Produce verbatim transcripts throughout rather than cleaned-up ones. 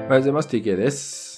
おはようございます。ティーケー です、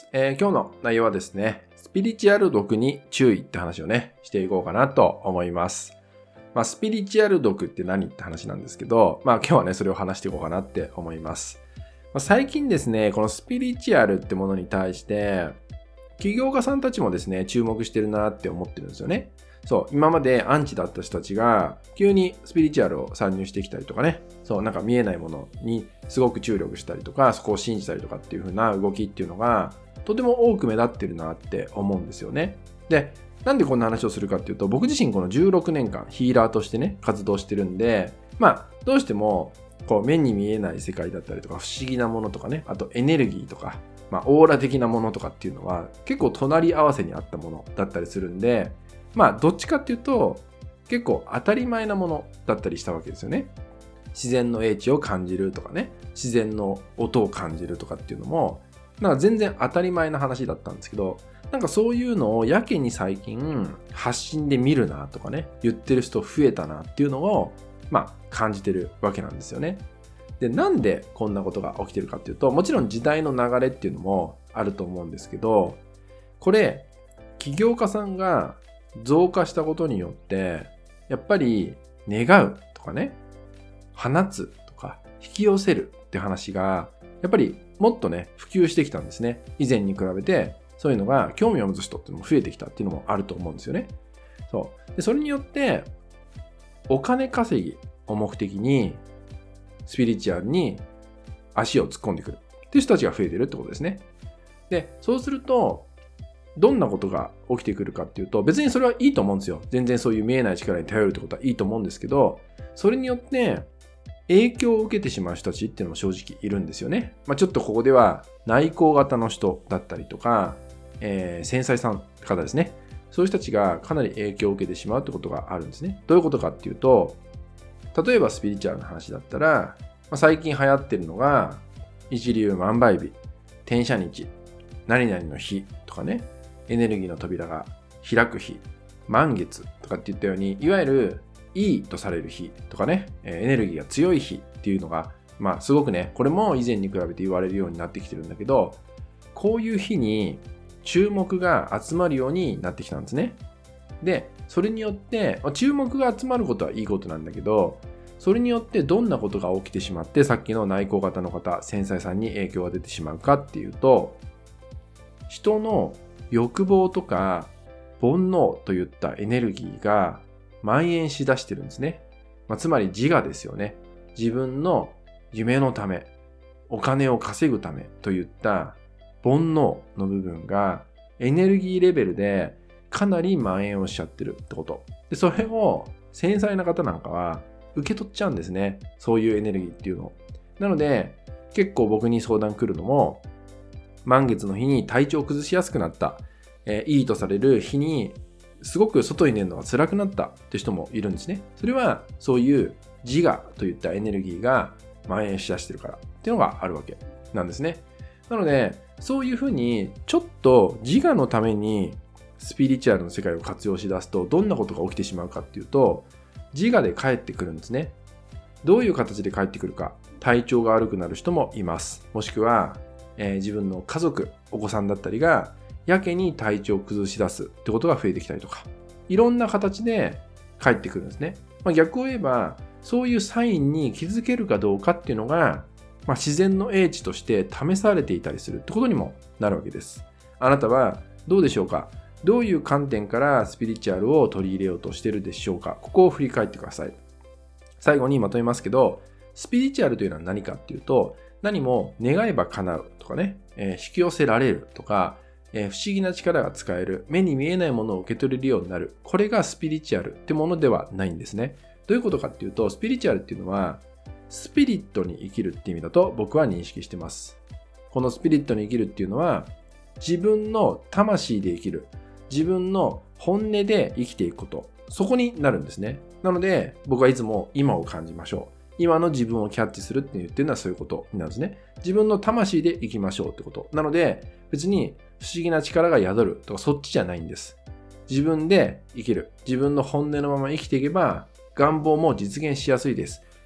えー。今日の内容はですね、スピリチュアル毒に注意って話をね、していこうかなと思います。まあ、スピリチュアル毒って何って話なんですけど、まあ今日はね、それを話していこうかなって思います。まあ、最近ですね、このスピリチュアルってものに対して、起業家さんたちもですね、注目してるなって思ってるんですよね。そう、今までアンチだった人たちが急にスピリチュアルを参入してきたりとかね、そうなんか見えないものにすごく注力したりとか、そこを信じたりとかっていう風な動きっていうのがとても多く目立ってるなって思うんですよね。で、なんでこんな話をするかっていうと、僕自身このじゅうろくねんかんヒーラーとしてね、活動してるんで、まあどうしてもこう目に見えない世界だったりとか、不思議なものとかね、あとエネルギーとか、まあオーラ的なものとかっていうのは結構隣り合わせにあったものだったりするんで、まあどっちかっていうと結構当たり前なものだったりしたわけですよね。自然の英知を感じるとかね、自然の音を感じるとかっていうのもなんか全然当たり前な話だったんですけど、なんかそういうのをやけに最近発信で見るなとかね、言ってる人増えたなっていうのをまあ感じてるわけなんですよね。で、なんでこんなことが起きてるかっていうと、もちろん時代の流れっていうのもあると思うんですけど、これ起業家さんが増加したことによってやっぱり願うとかね、放つとか引き寄せるって話がやっぱりもっとね普及してきたんですね。以前に比べてそういうのが興味を持つ人っていうのも増えてきたっていうのもあると思うんですよね。そうで、それによってお金稼ぎを目的にスピリチュアルに足を突っ込んでくるっていう人たちが増えてるってことですね。で、そうするとどんなことが起きてくるかっていうと、別にそれはいいと思うんですよ。全然そういう見えない力に頼るってことはいいと思うんですけど、それによって影響を受けてしまう人たちっていうのも正直いるんですよね。まあ、ちょっとここでは内向型の人だったりとか、えー、繊細さん方ですね。そういう人たちがかなり影響を受けてしまうってことがあるんですね。どういうことかっていうと、例えばスピリチュアルの話だったら、まあ、最近流行ってるのが一粒万倍日、天赦日、何々の日とかね、エネルギーの扉が開く日、満月とかって言ったように、いわゆるいいとされる日とかね、エネルギーが強い日っていうのが、まあすごくね、これも以前に比べて言われるようになってきてるんだけど、こういう日に注目が集まるようになってきたんですね。で、それによって、注目が集まることはいいことなんだけど、それによってどんなことが起きてしまって、さっきの内向型の方、繊細さんに影響が出てしまうかっていうと、人の欲望とか煩悩といったエネルギーが蔓延しだしてるんですね。まあ、つまり自我ですよね。自分の夢のため、お金を稼ぐためといった煩悩の部分がエネルギーレベルでかなり蔓延をしちゃってるってこと。で、それを繊細な方なんかは受け取っちゃうんですね。そういうエネルギーっていうのを。なので、結構僕に相談来るのも、満月の日に体調を崩しやすくなった、えー、いいとされる日にすごく外に出るのが辛くなったって人もいるんですね。それはそういう自我といったエネルギーが蔓延しだしてるからっていうのがあるわけなんですね。なのでそういうふうにちょっと自我のためにスピリチュアルの世界を活用しだすとどんなことが起きてしまうかっていうと、自我で帰ってくるんですね。どういう形で帰ってくるか。体調が悪くなる人もいます。もしくはえー、自分の家族、お子さんだったりがやけに体調を崩し出すってことが増えてきたりとか、いろんな形で帰ってくるんですね。まあ、逆を言えばそういうサインに気づけるかどうかっていうのが、まあ、自然の英知として試されていたりするってことにもなるわけです。あなたはどうでしょうか？どういう観点からスピリチュアルを取り入れようとしているでしょうか？ここを振り返ってください。最後にまとめますけど、スピリチュアルというのは何かっていうと、何も願えば叶うとかね、えー、引き寄せられるとか、えー、不思議な力が使える、目に見えないものを受け取れるようになる。これがスピリチュアルってものではないんですね。どういうことかっていうと、スピリチュアルっていうのは、スピリットに生きるって意味だと僕は認識してます。このスピリットに生きるっていうのは、自分の魂で生きる、自分の本音で生きていくこと、そこになるんですね。なので、僕はいつも今を感じましょう。今の自分をキャッチするって言ってるのはそういうことになるんですね。自分の魂で生きましょうってこと。なので、別に不思議な力が宿るとかそっちじゃないんです。自分で生きる。自分の本音のまま生きていけば、願望も実現しやすいです。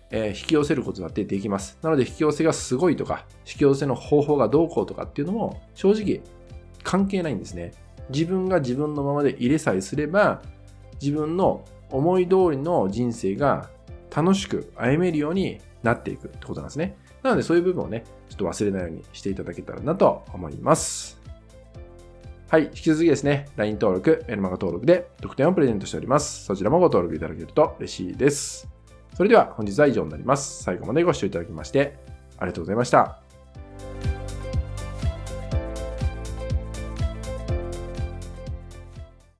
えー、引き寄せることだってできます。なので引き寄せがすごいとか、引き寄せの方法がどうこうとかっていうのも正直関係ないんですね。自分が自分のままで入れさえすれば、自分の思い通りの人生が楽しく歩めるようになっていくってことなんですね。なのでそういう部分をね、ちょっと忘れないようにしていただけたらなと思います。はい。引き続きですね、ライン 登録、メルマガ登録で特典をプレゼントしております。そちらもご登録いただけると嬉しいです。それでは本日は以上になります。最後までご視聴いただきましてありがとうございました。